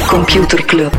Computer Club.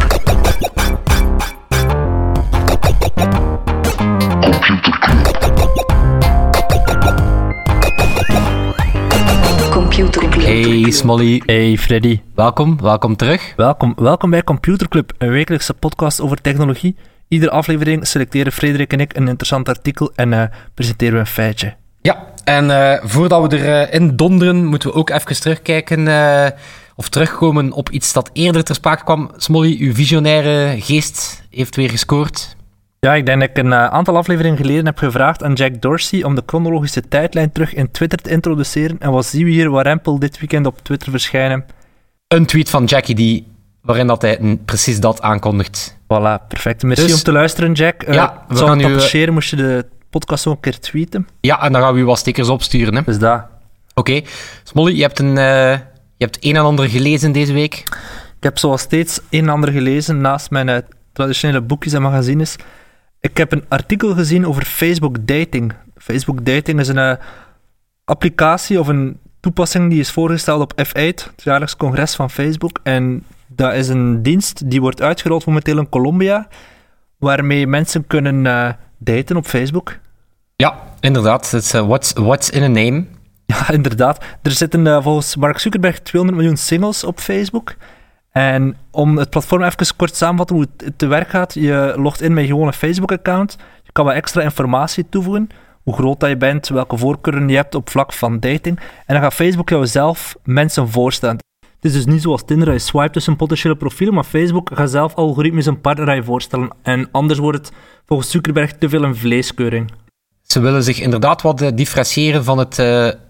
Computer Club. Hey Smolly. Hey Freddy. Welkom terug. Welkom bij Computer Club, een wekelijkse podcast over technologie. Iedere aflevering selecteren Frederik en ik een interessant artikel en presenteren we een feitje. Ja, en voordat we erin donderen, moeten we ook even terugkijken of terugkomen op iets dat eerder ter sprake kwam. Smolly, uw visionaire geest heeft weer gescoord. Ja, ik denk dat ik een aantal afleveringen geleden heb gevraagd aan Jack Dorsey om de chronologische tijdlijn terug in Twitter te introduceren. En wat zien we hier warempel dit weekend op Twitter verschijnen? Een tweet van Jackie D, waarin dat hij precies dat aankondigt. Voilà, perfect. Merci Dus, om te luisteren, Jack. Ja, we zou het appreciëren moest je de podcast ook een keer tweeten. Ja, en dan gaan we u wat stickers opsturen. Hè. Dus dat. Oké. Smolly, je hebt een en ander gelezen deze week. Ik heb zoals steeds een en ander gelezen naast mijn traditionele boekjes en magazines. Ik heb een artikel gezien over Facebook Dating. Facebook Dating is een applicatie of een toepassing die is voorgesteld op F8, het jaarlijks congres van Facebook. En dat is een dienst die wordt uitgerold momenteel in Colombia, waarmee mensen kunnen daten op Facebook. Ja, inderdaad. Het is what's in a name. Ja, inderdaad. Er zitten volgens Mark Zuckerberg 200 miljoen singles op Facebook. En om het platform even kort samen te vatten hoe het te werk gaat, je logt in met je gewone Facebook-account. Je kan wat extra informatie toevoegen, hoe groot dat je bent, welke voorkeuren je hebt op vlak van dating. En dan gaat Facebook jou zelf mensen voorstellen. Het is dus niet zoals Tinder, dat je swipe tussen potentiële profielen, maar Facebook gaat zelf algoritmes een partner aan je voorstellen. En anders wordt het volgens Zuckerberg te veel een vleeskeuring. Ze willen zich inderdaad wat differentiëren van het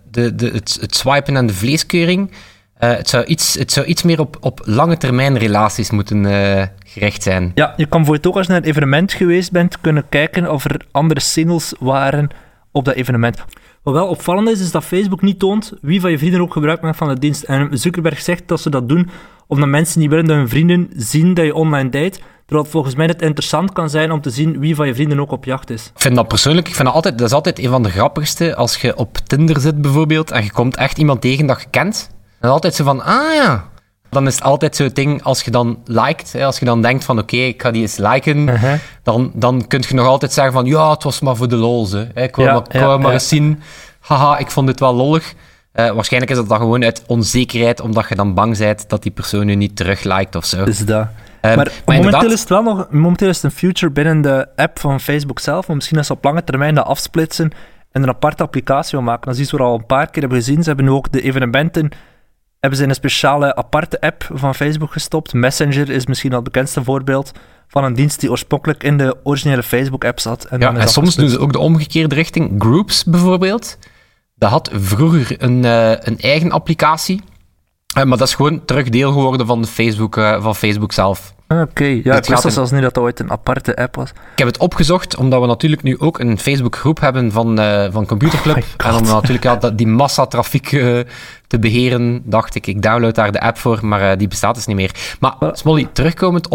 swipen en de vleeskeuring. Het zou iets meer op lange termijn relaties moeten gericht zijn. Ja, je kan voor het ook als je naar een evenement geweest bent kunnen kijken of er andere singles waren op dat evenement. Wat wel opvallend is dat Facebook niet toont wie van je vrienden ook gebruik maakt van de dienst. En Zuckerberg zegt dat ze dat doen omdat mensen niet willen dat hun vrienden zien dat je online date, terwijl het volgens mij net interessant kan zijn om te zien wie van je vrienden ook op jacht is. Ik vind dat persoonlijk, dat is altijd een van de grappigste als je op Tinder zit bijvoorbeeld en je komt echt iemand tegen dat je kent. En altijd zo van, ja. Dan is het altijd zo'n ding, als je dan liked, hè, als je dan denkt van, oké, ik ga die eens liken, dan kun je nog altijd zeggen van, ja, het was maar voor de lols. Hè. Ik wou maar eens zien, haha, ik vond dit wel lollig. Waarschijnlijk is dat dan gewoon uit onzekerheid, omdat je dan bang bent dat die persoon je niet terugliked of zo. Dus dat. Maar momenteel inderdaad, is het wel nog, momenteel is het een feature binnen de app van Facebook zelf, maar misschien als ze op lange termijn dat afsplitsen en een aparte applicatie wil maken. Dat is iets wat we al een paar keer hebben gezien. Ze hebben nu ook de evenementen hebben ze in een speciale aparte app van Facebook gestopt. Messenger is misschien al het bekendste voorbeeld van een dienst die oorspronkelijk in de originele Facebook-app zat. En soms doen ze ook de omgekeerde richting. Groups bijvoorbeeld, dat had vroeger een eigen applicatie, maar dat is gewoon terug deel geworden van Facebook zelf. Oké, ja, ik wist zelfs niet dat dat ooit een aparte app was. Ik heb het opgezocht, omdat we natuurlijk nu ook een Facebook-groep hebben van Computer Club. En om natuurlijk die massatrafiek te beheren, dacht ik download daar de app voor, maar die bestaat dus niet meer. Maar Smolly, terugkomend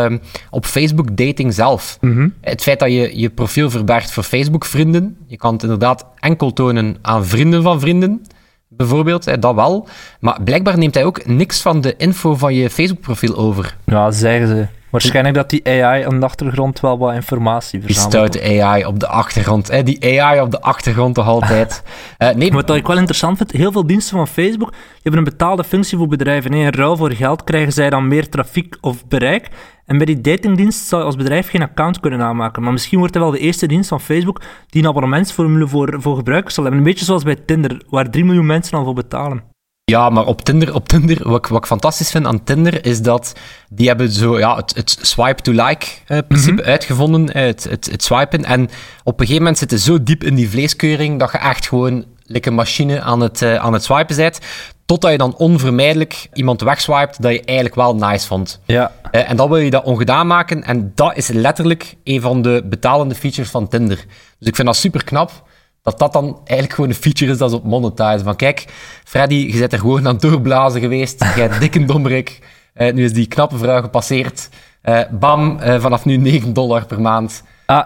op Facebook dating zelf. Mm-hmm. Het feit dat je je profiel verbergt voor Facebook-vrienden, je kan het inderdaad enkel tonen aan vrienden van vrienden, bijvoorbeeld, dat wel. Maar blijkbaar neemt hij ook niks van de info van je Facebook-profiel over. Ja, zeggen ze. Waarschijnlijk dat die AI aan de achtergrond wel wat informatie verzamelt. Die stoute AI op de achtergrond. Die AI op de achtergrond toch altijd. Nee. Wat ik wel interessant vind, heel veel diensten van Facebook hebben een betaalde functie voor bedrijven. In ruil voor geld krijgen zij dan meer trafiek of bereik. En bij die datingdienst zou je als bedrijf geen account kunnen aanmaken. Maar misschien wordt het wel de eerste dienst van Facebook die een abonnementsformule voor gebruikers zal hebben. Een beetje zoals bij Tinder, waar 3 miljoen mensen al voor betalen. Ja, maar op Tinder wat ik fantastisch vind aan Tinder, is dat die hebben zo, het swipe-to-like principe uitgevonden, het swipen. En op een gegeven moment zit je zo diep in die vleeskeuring dat je echt gewoon like een machine aan het swipen bent, totdat je dan onvermijdelijk iemand wegswipet dat je eigenlijk wel nice vond. Ja. En dan wil je dat ongedaan maken, en dat is letterlijk een van de betalende features van Tinder. Dus ik vind dat super knap, dat dan eigenlijk gewoon een feature is dat ze op monetize. Van kijk, Freddy, je bent er gewoon aan het doorblazen geweest, jij hebt dikke dommerik, nu is die knappe vrouw gepasseerd, bam, vanaf nu $9 per maand.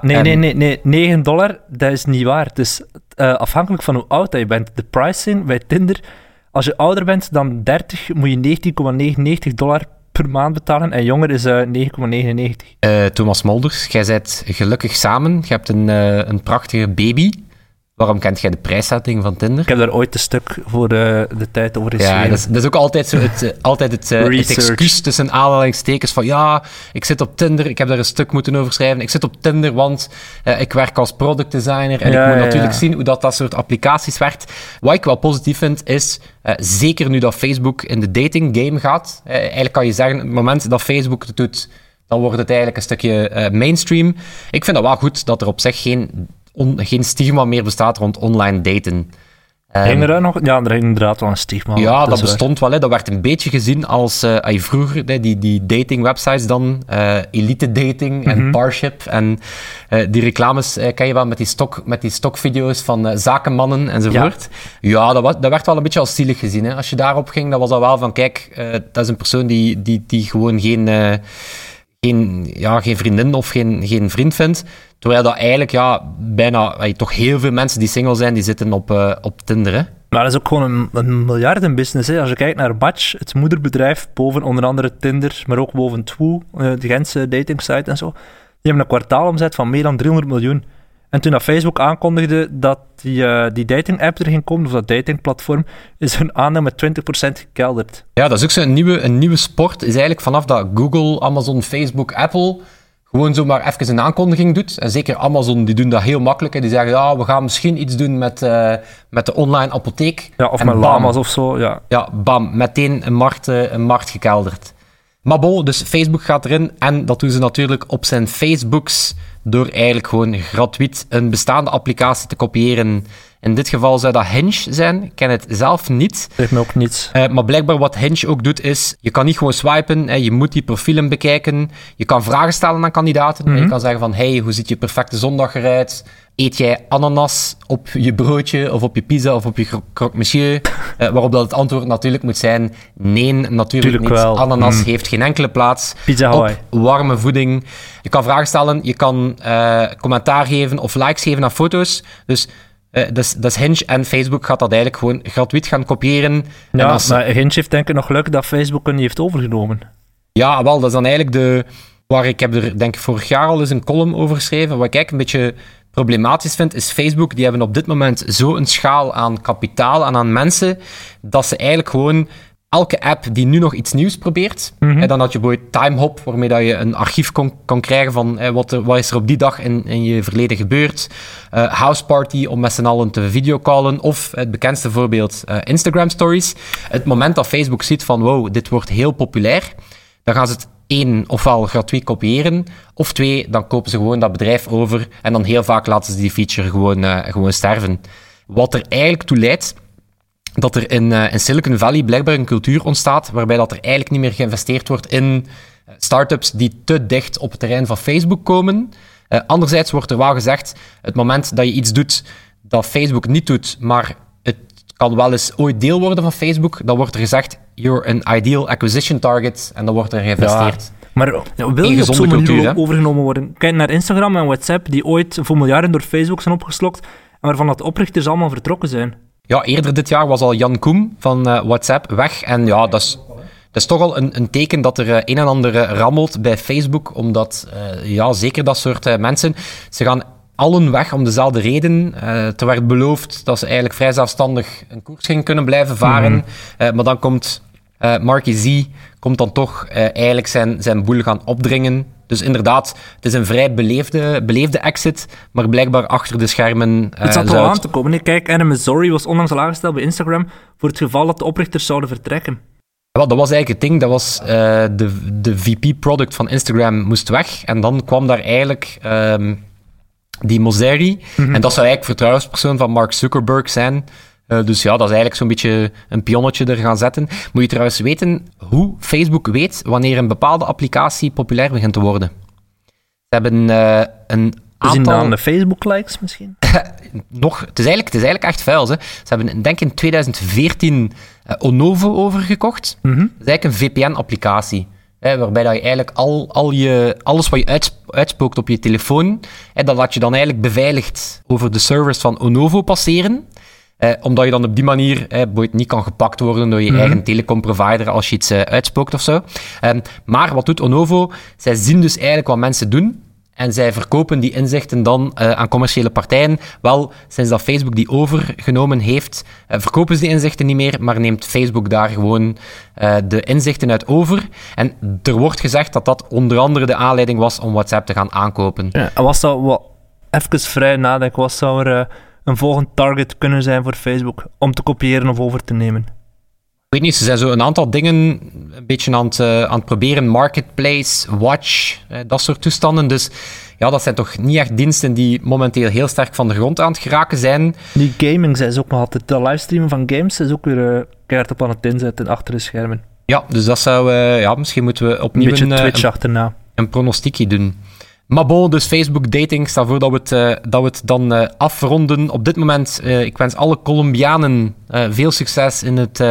Nee, $9, dat is niet waar. Het is afhankelijk van hoe oud je bent. De pricing bij Tinder, als je ouder bent dan 30, moet je $19,99 per maand betalen en jonger is 9,99. Thomas Molders, jij bent gelukkig samen. Je hebt een prachtige baby. Waarom kent jij de prijszetting van Tinder? Ik heb daar ooit een stuk voor de tijd over geschreven. Ja, dat is ook altijd zo het excuus tussen aanhalingstekens van ja, ik zit op Tinder, ik heb daar een stuk moeten over schrijven. Ik zit op Tinder, want ik werk als product designer en ik moet natuurlijk zien hoe dat soort applicaties werkt. Wat ik wel positief vind, is zeker nu dat Facebook in de dating game gaat. Eigenlijk kan je zeggen, op het moment dat Facebook het doet, dan wordt het eigenlijk een stukje mainstream. Ik vind dat wel goed dat er op zich geen stigma meer bestaat rond online daten. Ging er nog? Ja, er ging inderdaad wel een stigma. Ja, dat bestond wel. Hè. Dat werd een beetje gezien als vroeger, die dating websites dan, Elite Dating en Parship en die reclames ken je wel met die stokvideo's van zakenmannen enzovoort. Ja, dat werd wel een beetje als zielig gezien. Hè. Als je daarop ging, dan was dat wel van, kijk, dat is een persoon die gewoon geen vriendin of geen vriend vindt. Terwijl dat eigenlijk bijna toch heel veel mensen die single zijn, die zitten op Tinder. Hè? Maar dat is ook gewoon een miljardenbusiness. Hè. Als je kijkt naar Match, het moederbedrijf, boven onder andere Tinder, maar ook boven Twoo, de Gentse datingsite en zo, die hebben een kwartaalomzet van meer dan 300 miljoen. En toen dat Facebook aankondigde dat die dating-app er ging komen, of dat datingplatform, is hun aandeel met 20% gekelderd. Ja, dat is ook zo'n nieuwe sport. Is eigenlijk vanaf dat Google, Amazon, Facebook, Apple gewoon zomaar even een aankondiging doet. En zeker Amazon, die doen dat heel makkelijk. Hè. Die zeggen, we gaan misschien iets doen met de online apotheek. Ja, of en met bam, lama's of zo. Ja, bam, meteen een markt gekelderd. Maar bon, dus Facebook gaat erin en dat doen ze natuurlijk op zijn Facebooks door eigenlijk gewoon gratuit een bestaande applicatie te kopiëren. In dit geval zou dat Hinge zijn. Ik ken het zelf niet. Dat heeft me ook niets. Maar blijkbaar wat Hinge ook doet is, je kan niet gewoon swipen, je moet die profielen bekijken. Je kan vragen stellen aan kandidaten. Je kan zeggen van, hey, hoe ziet je perfecte zondag eruit? Eet jij ananas op je broodje of op je pizza of op je croque monsieur? Waarop dat het antwoord natuurlijk moet zijn, nee, natuurlijk niet. Wel. Ananas heeft geen enkele plaats Pizza Hawaii. op warme voeding. Je kan vragen stellen, je kan commentaar geven of likes geven aan foto's. Dus dat is Hinge en Facebook gaat dat eigenlijk gewoon gratuit gaan kopiëren. Ja, maar Hinge heeft denk ik nog geluk dat Facebook het niet heeft overgenomen. Ja, wel, dat is dan eigenlijk waar ik heb er denk ik vorig jaar al eens een column over geschreven. Wat ik eigenlijk een beetje problematisch vind, is Facebook. Die hebben op dit moment zo'n schaal aan kapitaal en aan mensen, dat ze eigenlijk gewoon elke app die nu nog iets nieuws probeert, dan had je bijvoorbeeld Timehop, waarmee dat je een archief kon krijgen van wat is er op die dag in je verleden gebeurd. Houseparty, om met z'n allen te videocallen. Of het bekendste voorbeeld, Instagram Stories. Het moment dat Facebook ziet van, wow, dit wordt heel populair, dan gaan ze het 1, ofwel gratuit kopiëren, of 2, dan kopen ze gewoon dat bedrijf over en dan heel vaak laten ze die feature gewoon sterven. Wat er eigenlijk toe leidt dat er in Silicon Valley blijkbaar een cultuur ontstaat waarbij dat er eigenlijk niet meer geïnvesteerd wordt in start-ups die te dicht op het terrein van Facebook komen. Anderzijds wordt er wel gezegd, het moment dat je iets doet dat Facebook niet doet, maar het kan wel eens ooit deel worden van Facebook, dan wordt er gezegd, you're an ideal acquisition target, en dan wordt er geïnvesteerd. Ja. Maar wil je op zo'n manier overgenomen worden? Kijk naar Instagram en WhatsApp, die ooit voor miljarden door Facebook zijn opgeslokt, en waarvan dat de oprichters allemaal vertrokken zijn. Ja, eerder dit jaar was al Jan Koum van WhatsApp weg. En ja, dat is toch al een teken dat er een en ander rammelt bij Facebook. Omdat, zeker dat soort mensen, ze gaan allen weg om dezelfde reden. Er werd beloofd dat ze eigenlijk vrij zelfstandig een koers gingen kunnen blijven varen. Maar dan komt Marky Z dan toch eigenlijk zijn boel gaan opdringen. Dus inderdaad, het is een vrij beleefde exit, maar blijkbaar achter de schermen... het zat wel aan te komen. Kijk, Adam Missouri was onlangs al aangesteld bij Instagram voor het geval dat de oprichters zouden vertrekken. Ja, dat was eigenlijk het ding. Dat was de VP-product van Instagram moest weg. En dan kwam daar eigenlijk die Mosseri. En dat zou eigenlijk vertrouwenspersoon van Mark Zuckerberg zijn. Dus ja, dat is eigenlijk zo'n beetje een pionnetje er gaan zetten. Moet je trouwens weten hoe Facebook weet wanneer een bepaalde applicatie populair begint te worden. Ze hebben een aantal... aan de Facebook-likes misschien? Het is eigenlijk echt vuil. Hè. Ze hebben, denk ik, in 2014 Onovo overgekocht. Dat is eigenlijk een VPN-applicatie. Waarbij dat je eigenlijk alles wat je uitspookt op je telefoon, dat laat je dan eigenlijk beveiligd over de servers van Onovo passeren. Omdat je dan op die manier niet kan gepakt worden door je eigen telecomprovider als je iets uitspookt of zo. Maar wat doet Onovo? Zij zien dus eigenlijk wat mensen doen. En zij verkopen die inzichten dan aan commerciële partijen. Wel, sinds dat Facebook die overgenomen heeft, verkopen ze die inzichten niet meer, maar neemt Facebook daar gewoon de inzichten uit over. En er wordt gezegd dat dat onder andere de aanleiding was om WhatsApp te gaan aankopen. Ja, en was dat, even vrij nadenken, wat zou er een volgend target kunnen zijn voor Facebook om te kopiëren of over te nemen? Ik weet niet, ze zijn zo een aantal dingen een beetje aan het proberen. Marketplace, Watch, dat soort toestanden. Dus ja, dat zijn toch niet echt diensten die momenteel heel sterk van de grond aan het geraken zijn. Die gaming zijn ze ook nog altijd. De livestreamen van games is ook weer keihard op aan het inzetten achter de schermen. Ja, dus dat zou... misschien moeten we opnieuw een beetje Twitch achterna. Een pronostiekje doen. Maar bon, dus Facebook dating, stel voor dat we het dan afronden. Op dit moment, ik wens alle Colombianen veel succes in het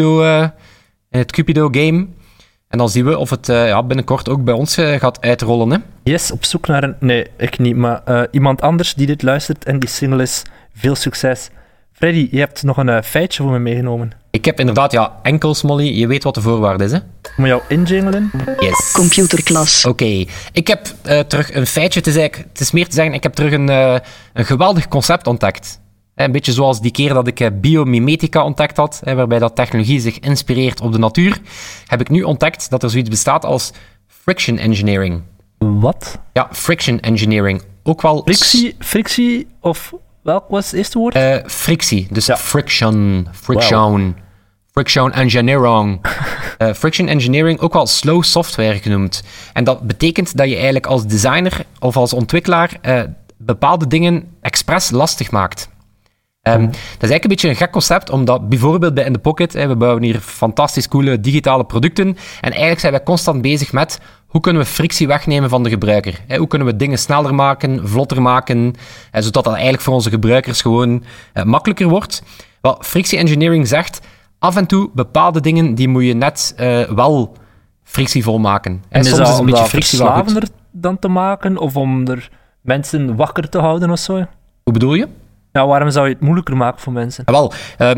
Cupido game. En dan zien we of het binnenkort ook bij ons gaat uitrollen. Hè? Yes, op zoek naar een... Nee, ik niet, maar iemand anders die dit luistert en die single is. Veel succes. Freddy, je hebt nog een feitje voor me meegenomen. Ik heb inderdaad, enkel Smolly. Je weet wat de voorwaarde is, hè? Moet jou injingelen? Yes. Computerklas. Oké. Ik heb terug een feitje. Het is meer te zeggen, ik heb terug een geweldig concept ontdekt. Een beetje zoals die keer dat ik biomimetica ontdekt had, waarbij dat technologie zich inspireert op de natuur, heb ik nu ontdekt dat er zoiets bestaat als friction engineering. Wat? Ja, friction engineering. Ook wel... Frictie of... Welk was het eerste woord? Frictie. Dus ja. Friction. Wow. Friction engineering. Friction engineering, ook wel slow software genoemd. En dat betekent dat je eigenlijk als designer of als ontwikkelaar bepaalde dingen expres lastig maakt. Dat is eigenlijk een beetje een gek concept, omdat bijvoorbeeld bij In The Pocket, we bouwen hier fantastisch coole digitale producten, en eigenlijk zijn wij constant bezig met hoe kunnen we frictie wegnemen van de gebruiker. Hoe kunnen we dingen sneller maken, vlotter maken, zodat dat eigenlijk voor onze gebruikers gewoon makkelijker wordt. Wel, frictie engineering zegt, af en toe bepaalde dingen, die moet je net wel frictievol maken. En soms is een beetje frictie wel goed. verslavender dan te maken, of om er mensen wakker te houden of zo? Hoe bedoel je? Ja, waarom zou je het moeilijker maken voor mensen? Wel,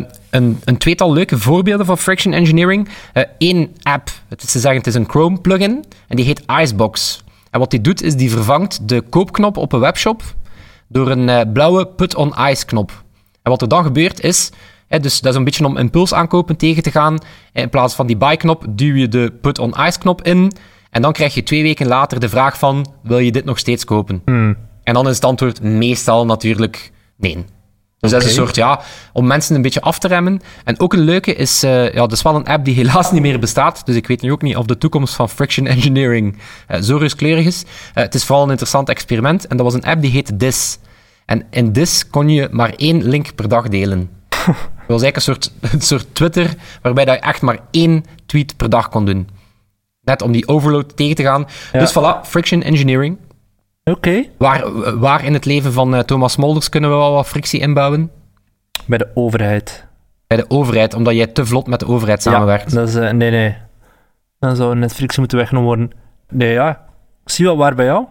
een tweetal leuke voorbeelden van friction engineering. Eén app, het is een Chrome plugin, en die heet Icebox. En wat die doet, is die vervangt de koopknop op een webshop door een blauwe Put on Ice knop. En wat er dan gebeurt is, dus dat is een beetje om impulsaankopen tegen te gaan. In plaats van die buy-knop duw je de Put on Ice knop in, en dan krijg je 2 weken later de vraag van, wil je dit nog steeds kopen? En dan is het antwoord meestal natuurlijk nee. Dus dat is een soort, om mensen een beetje af te remmen. En ook een leuke is, dat is wel een app die helaas niet meer bestaat, dus ik weet nu ook niet of de toekomst van friction engineering zo rooskleurig is. Het is vooral een interessant experiment, en dat was een app die heette Dis. En in Dis kon je maar 1 link per dag delen. Dat was eigenlijk een soort Twitter, waarbij dat je echt maar 1 tweet per dag kon doen. Net om die overload tegen te gaan. Ja. Dus voilà, friction engineering. Oké. Waar in het leven van Thomas Smolders kunnen we wel wat frictie inbouwen? Bij de overheid. Bij de overheid, omdat jij te vlot met de overheid samenwerkt. Ja, dat is, nee. Dan zou net frictie moeten weggenomen worden. Nee, ja. Ik zie wel waar bij jou.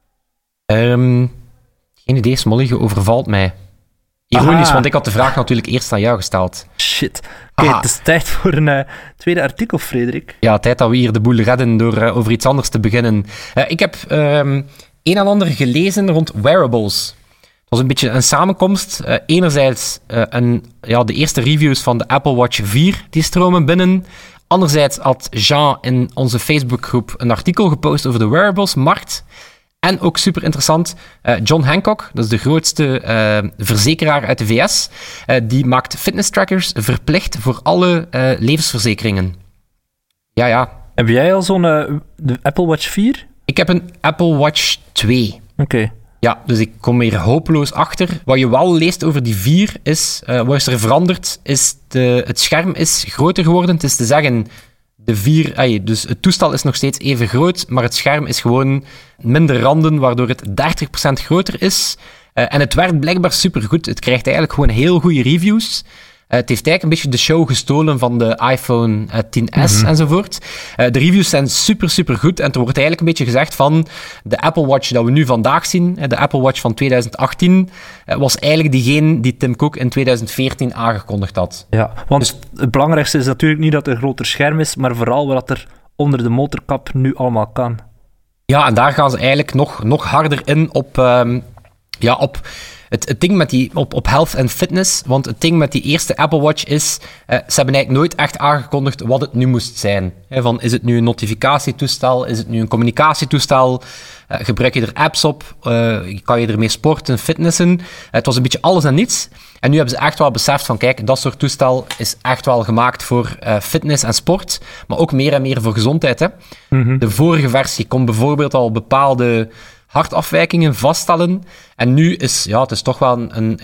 Geen idee, Smolly, je overvalt mij. Ironisch, want ik had de vraag natuurlijk eerst aan jou gesteld. Shit. Oké, het is tijd voor een tweede artikel, Frederik. Ja, tijd dat we hier de boel redden door over iets anders te beginnen. Ik heb een en ander gelezen rond wearables. Het was een beetje een samenkomst. Enerzijds de eerste reviews van de Apple Watch 4 die stromen binnen. Anderzijds had Jean in onze Facebookgroep een artikel gepost over de wearables-markt. En ook super interessant, John Hancock, dat is de grootste verzekeraar uit de VS, die maakt fitness trackers verplicht voor alle levensverzekeringen. Ja. Heb jij al zo'n de Apple Watch 4? Ik heb een Apple Watch 2. Oké. Ja, dus ik kom hier hopeloos achter. Wat je wel leest over die 4 is, wat is er veranderd, is het scherm is groter geworden. Het is te zeggen, de 4, dus het toestel is nog steeds even groot, maar het scherm is gewoon minder randen, waardoor het 30% groter is. En het werkt blijkbaar supergoed. Het krijgt eigenlijk gewoon heel goede reviews. Het heeft eigenlijk een beetje de show gestolen van de iPhone XS enzovoort. De reviews zijn super, super goed. En er wordt eigenlijk een beetje gezegd van de Apple Watch dat we nu vandaag zien, de Apple Watch van 2018, was eigenlijk diegene die Tim Cook in 2014 aangekondigd had. Ja, want het belangrijkste is natuurlijk niet dat er een groter scherm is, maar vooral wat er onder de motorkap nu allemaal kan. Ja, en daar gaan ze eigenlijk nog harder in op het ding met op health en fitness. Want het ding met die eerste Apple Watch is, ze hebben eigenlijk nooit echt aangekondigd wat het nu moest zijn. Van, is het nu een notificatietoestel? Is het nu een communicatietoestel? Gebruik je er apps op? Kan je ermee sporten, fitnessen? Het was een beetje alles en niets. En nu hebben ze echt wel beseft van, kijk, dat soort toestel is echt wel gemaakt voor fitness en sport, maar ook meer en meer voor gezondheid. Hè? Mm-hmm. De vorige versie kon bijvoorbeeld al bepaalde hartafwijkingen vaststellen. En nu is, het is toch wel een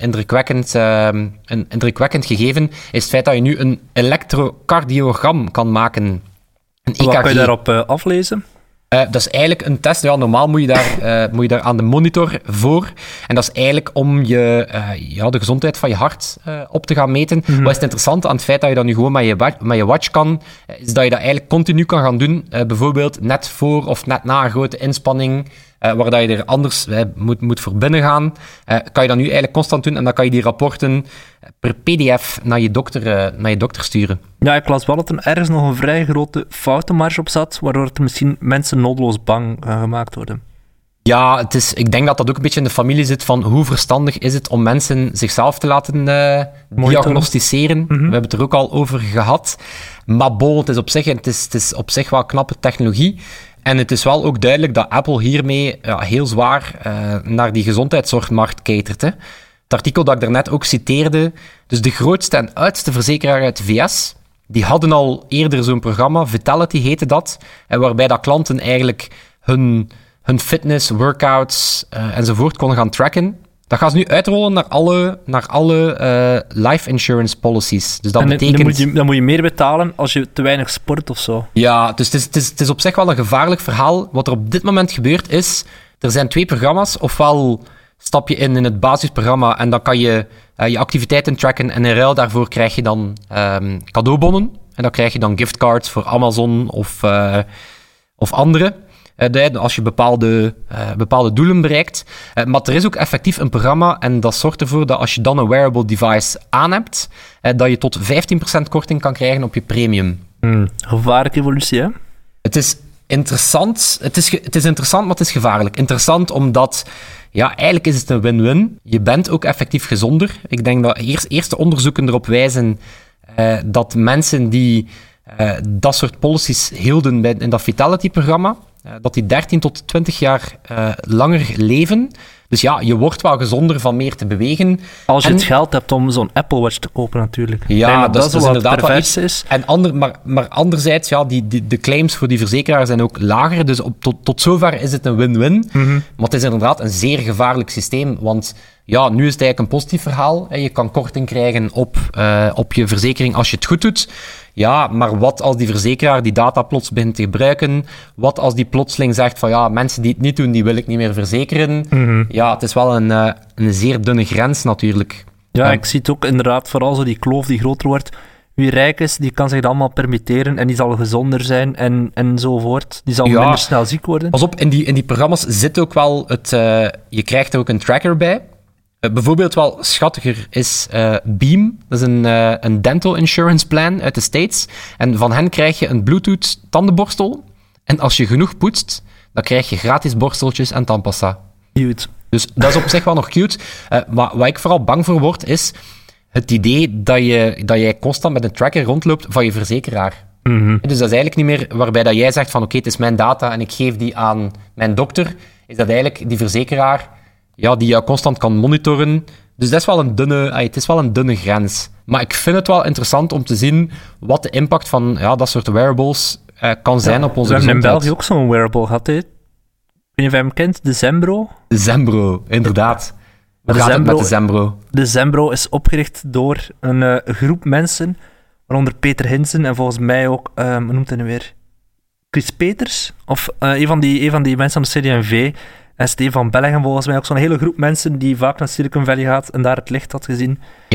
indrukwekkend gegeven, is het feit dat je nu een elektrocardiogram kan maken. Een EKG. Wat kan je daarop aflezen? Dat is eigenlijk een test. Ja, normaal moet je daar aan de monitor voor. En dat is eigenlijk om de gezondheid van je hart op te gaan meten. Mm-hmm. Wat is het interessante aan het feit dat je dat nu gewoon met je watch kan, is dat je dat eigenlijk continu kan gaan doen. Bijvoorbeeld net voor of net na een grote inspanning, waar dat je er anders moet voor binnen gaan, kan je dat nu eigenlijk constant doen en dan kan je die rapporten per pdf naar je dokter sturen. Ja, ik las wel dat er ergens nog een vrij grote foutenmarge op zat, waardoor er misschien mensen nodeloos bang gemaakt worden. Ja, ik denk dat dat ook een beetje in de familie zit van hoe verstandig is het om mensen zichzelf te laten diagnosticeren. Mm-hmm. We hebben het er ook al over gehad. Maar het is op zich wel knappe technologie. En het is wel ook duidelijk dat Apple hiermee heel zwaar naar die gezondheidszorgmarkt catert. Hè. Het artikel dat ik daarnet ook citeerde, dus de grootste en oudste verzekeraar uit de VS, die hadden al eerder zo'n programma, Vitality heette dat, waarbij dat klanten eigenlijk hun fitness, workouts enzovoort konden gaan tracken. Dat gaan ze nu uitrollen naar alle life insurance policies. Dus dat betekent... Dan moet je meer betalen als je te weinig sport of zo. Ja, dus het is op zich wel een gevaarlijk verhaal. Wat er op dit moment gebeurt is, er zijn 2 programma's. Ofwel stap je in het basisprogramma en dan kan je je activiteiten tracken en in ruil daarvoor krijg je dan cadeaubonnen. En dan krijg je dan giftcards voor Amazon of andere. Als je bepaalde doelen bereikt. Maar er is ook effectief een programma en dat zorgt ervoor dat als je dan een wearable device aan hebt, dat je tot 15% korting kan krijgen op je premium. Gevaarlijke evolutie, hè? Het is interessant. Het is interessant, maar het is gevaarlijk. Interessant omdat, eigenlijk is het een win-win. Je bent ook effectief gezonder. Ik denk dat eerste onderzoeken erop wijzen dat mensen die dat soort policies hielden in dat Vitality-programma, dat die 13 tot 20 jaar langer leven. Dus je wordt wel gezonder van meer te bewegen. Als je het geld hebt om zo'n Apple Watch te kopen natuurlijk. Ja, dat is inderdaad wel iets. Is. Maar anderzijds, de claims voor die verzekeraar zijn ook lager. Dus tot zover is het een win-win. Mm-hmm. Maar het is inderdaad een zeer gevaarlijk systeem. Want nu is het eigenlijk een positief verhaal. Je kan korting krijgen op je verzekering als je het goed doet. Ja, maar wat als die verzekeraar die data plots begint te gebruiken? Wat als die plotseling zegt van mensen die het niet doen, die wil ik niet meer verzekeren? Mm-hmm. Ja, het is wel een zeer dunne grens natuurlijk. Ja, ik zie het ook inderdaad, vooral zo die kloof die groter wordt. Wie rijk is, die kan zich dat allemaal permitteren en die zal gezonder zijn enzovoort. Die zal minder snel ziek worden. Pas op, in die programma's zit ook wel je krijgt er ook een tracker bij. Bijvoorbeeld wel schattiger is Beam. Dat is een dental insurance plan uit de States. En van hen krijg je een Bluetooth tandenborstel. En als je genoeg poetst, dan krijg je gratis borsteltjes en tandpasta. Cute. Dus dat is op zich wel nog cute. Maar wat ik vooral bang voor word, is het idee dat jij constant met een tracker rondloopt van je verzekeraar. Mm-hmm. Dus dat is eigenlijk niet meer waarbij dat jij zegt van oké, het is mijn data en ik geef die aan mijn dokter. Is dat eigenlijk die verzekeraar die jou constant kan monitoren. Dus dat is wel het is wel een dunne grens. Maar ik vind het wel interessant om te zien wat de impact van dat soort wearables kan zijn op onze gezondheid. We hebben in België ook zo'n wearable gehad, hè? Ik weet niet of je hem kent, de Zembro. De Zembro, inderdaad. Hoe gaat het met de Zembro? De Zembro is opgericht door een groep mensen, waaronder Peter Hinsen en volgens mij ook, hoe noemt hij nu weer? Chris Peters? Of een van die mensen van de CD&V. En Steve van Bellegem volgens mij ook zo'n hele groep mensen die vaak naar Silicon Valley gaat en daar het licht had gezien. Ja.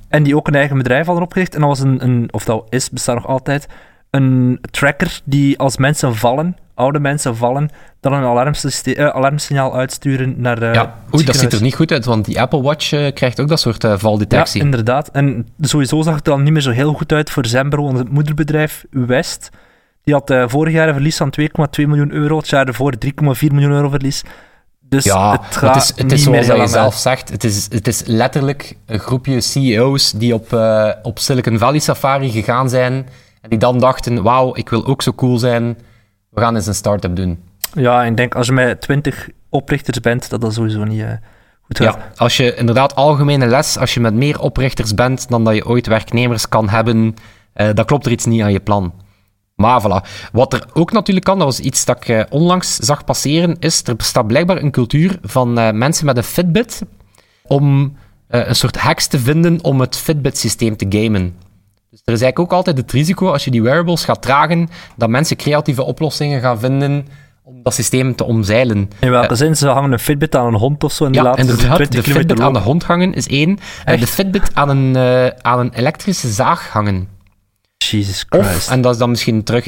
En die ook een eigen bedrijf hadden opgericht. En dat was of dat is, bestaat nog altijd, een tracker die als mensen vallen, oude mensen vallen, dan een alarmsignaal uitsturen naar dat ziet er niet goed uit, want die Apple Watch krijgt ook dat soort valdetectie. Ja, inderdaad. En sowieso zag het er al niet meer zo heel goed uit voor Zembro, het moederbedrijf West. Die had vorig jaar een verlies van 2,2 miljoen euro, het jaar ervoor 3,4 miljoen euro verlies. Dus het is zoals je zelf zegt, het is letterlijk een groepje CEO's die op Silicon Valley Safari gegaan zijn en die dan dachten, wauw, ik wil ook zo cool zijn, we gaan eens een start-up doen. Ja, ik denk als je met 20 oprichters bent, dat sowieso niet goed gaat. Ja, als je inderdaad algemene les, als je met meer oprichters bent dan dat je ooit werknemers kan hebben, dan klopt er iets niet aan je plan. Maar voilà. Wat er ook natuurlijk kan, dat was iets dat ik onlangs zag passeren, is er bestaat blijkbaar een cultuur van mensen met een Fitbit om een soort hacks te vinden om het Fitbit-systeem te gamen. Dus er is eigenlijk ook altijd het risico, als je die wearables gaat dragen, dat mensen creatieve oplossingen gaan vinden om dat systeem te omzeilen. In welke zin? Ze hangen een Fitbit aan een hond of zo en die laten inderdaad. De Fitbit aan de hond hangen is één. De Fitbit aan een elektrische zaag hangen. Jesus Christ. Of, en dat is dan misschien terug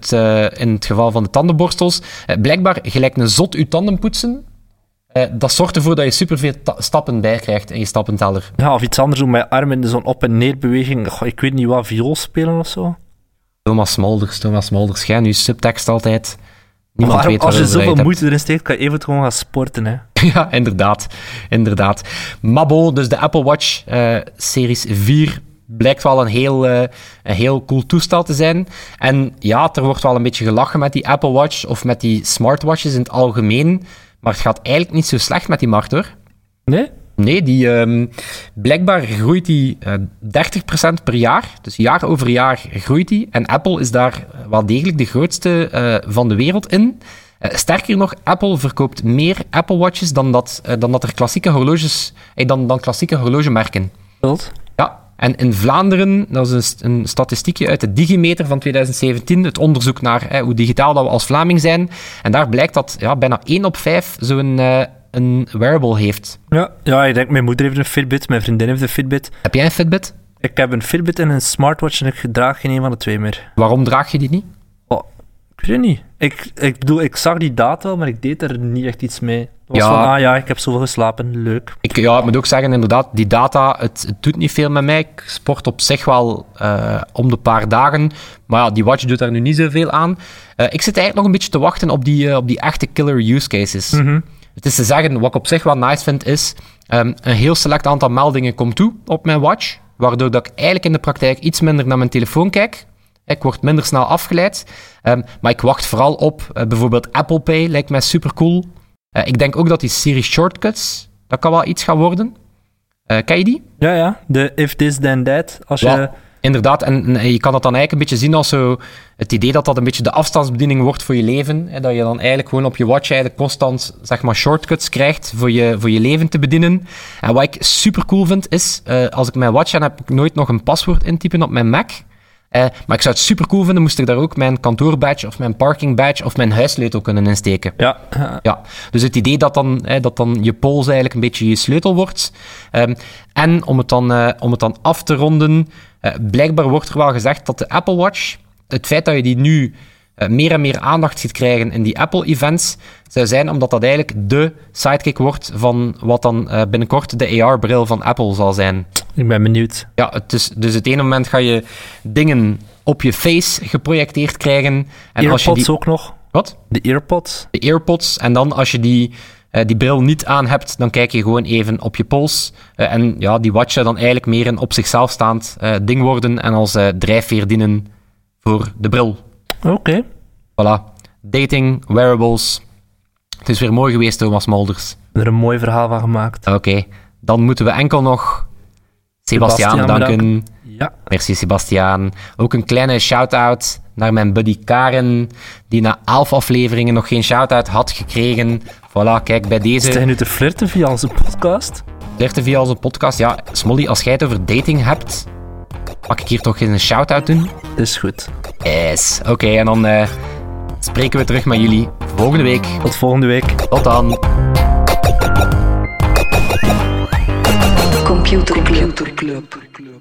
in het geval van de tandenborstels, blijkbaar gelijk een zot je tanden poetsen, dat zorgt ervoor dat je superveel stappen bijkrijgt in je stappenteller. Ja, of iets anders doen met je arm in zo'n op- en neerbeweging. Goh, ik weet niet wat, viool spelen of zo. Thomas Smolders, jij nu subtekst altijd. Niemand weet als je zoveel moeite erin steekt, kan je even gewoon gaan sporten, hè. Ja, inderdaad. Maar bon, dus de Apple Watch Series 4 blijkt wel een heel cool toestel te zijn. En ja, er wordt wel een beetje gelachen met die Apple Watch of met die smartwatches in het algemeen. Maar het gaat eigenlijk niet zo slecht met die markt, hoor. Nee? Nee, blijkbaar groeit die 30% per jaar. Dus jaar over jaar groeit die. En Apple is daar wel degelijk de grootste van de wereld in. Sterker nog, Apple verkoopt meer Apple Watches dan dat er klassieke horloges... dan klassieke horlogemerken. Wat? Ja, en in Vlaanderen, dat is een statistiekje uit de Digimeter van 2017, het onderzoek naar hoe digitaal dat we als Vlaming zijn. En daar blijkt dat bijna 1 op 5 zo'n een wearable heeft. Ja, ik denk, mijn moeder heeft een Fitbit, mijn vriendin heeft een Fitbit. Heb jij een Fitbit? Ik heb een Fitbit en een smartwatch en ik draag geen een van de twee meer. Waarom draag je die niet? Oh, ik weet niet. Ik bedoel, ik zag die data wel, maar ik deed er niet echt iets mee. Het was van, ik heb zoveel geslapen, leuk. Ik moet ook zeggen, inderdaad, die data, het doet niet veel met mij. Ik sport op zich wel om de paar dagen, maar ja, die watch doet daar nu niet zoveel aan. Ik zit eigenlijk nog een beetje te wachten op die echte killer use cases. Mm-hmm. Het is te zeggen, wat ik op zich wel nice vind, is een heel select aantal meldingen komt toe op mijn watch, waardoor dat ik eigenlijk in de praktijk iets minder naar mijn telefoon kijk. Ik word minder snel afgeleid, maar ik wacht vooral op bijvoorbeeld Apple Pay, lijkt mij super cool. Ik denk ook dat die Siri Shortcuts, dat kan wel iets gaan worden. Ken je die? Ja, de if this then that. Als je... Inderdaad, en je kan dat dan eigenlijk een beetje zien als zo het idee dat een beetje de afstandsbediening wordt voor je leven. Hè, dat je dan eigenlijk gewoon op je watch eigenlijk constant, zeg maar, shortcuts krijgt voor je leven te bedienen. En wat ik super cool vind is, als ik mijn watch aan heb, ik nooit nog een paswoord intypen op mijn Mac. Maar ik zou het super cool vinden, moest ik daar ook mijn kantoorbadge of mijn parking badge of mijn huissleutel kunnen insteken. Ja. Dus het idee dat dan je pols eigenlijk een beetje je sleutel wordt. En om het dan af te ronden, blijkbaar wordt er wel gezegd dat de Apple Watch, het feit dat je die nu meer en meer aandacht ziet krijgen in die Apple-events, zou zijn omdat dat eigenlijk de sidekick wordt van wat dan binnenkort de AR-bril van Apple zal zijn. Ik ben benieuwd. Ja, dus het ene moment ga je dingen op je face geprojecteerd krijgen. En AirPods als je ook nog. Wat? De AirPods. De AirPods. En dan als je die bril niet aan hebt, dan kijk je gewoon even op je pols. En ja, die watch zou dan eigenlijk meer een op zichzelf staand ding worden en als drijfveer dienen voor de bril. Oké. Voilà. Dating, wearables. Het is weer mooi geweest, Thomas Smolders. We hebben er een mooi verhaal van gemaakt. Oké. Dan moeten we enkel nog Sebastiaan bedanken. Ja. Merci, Sebastiaan. Ook een kleine shout-out naar mijn buddy Karen, die na 11 afleveringen nog geen shout-out had gekregen. Voilà, kijk, bij deze... Sta je nu te flirten via onze podcast? Flirten via onze podcast? Ja, Smolly, als jij het over dating hebt, mag ik hier toch eens een shout-out doen? Dat is goed. Yes. Oké, en dan spreken we terug met jullie volgende week. Tot volgende week. Tot dan. Computer Club.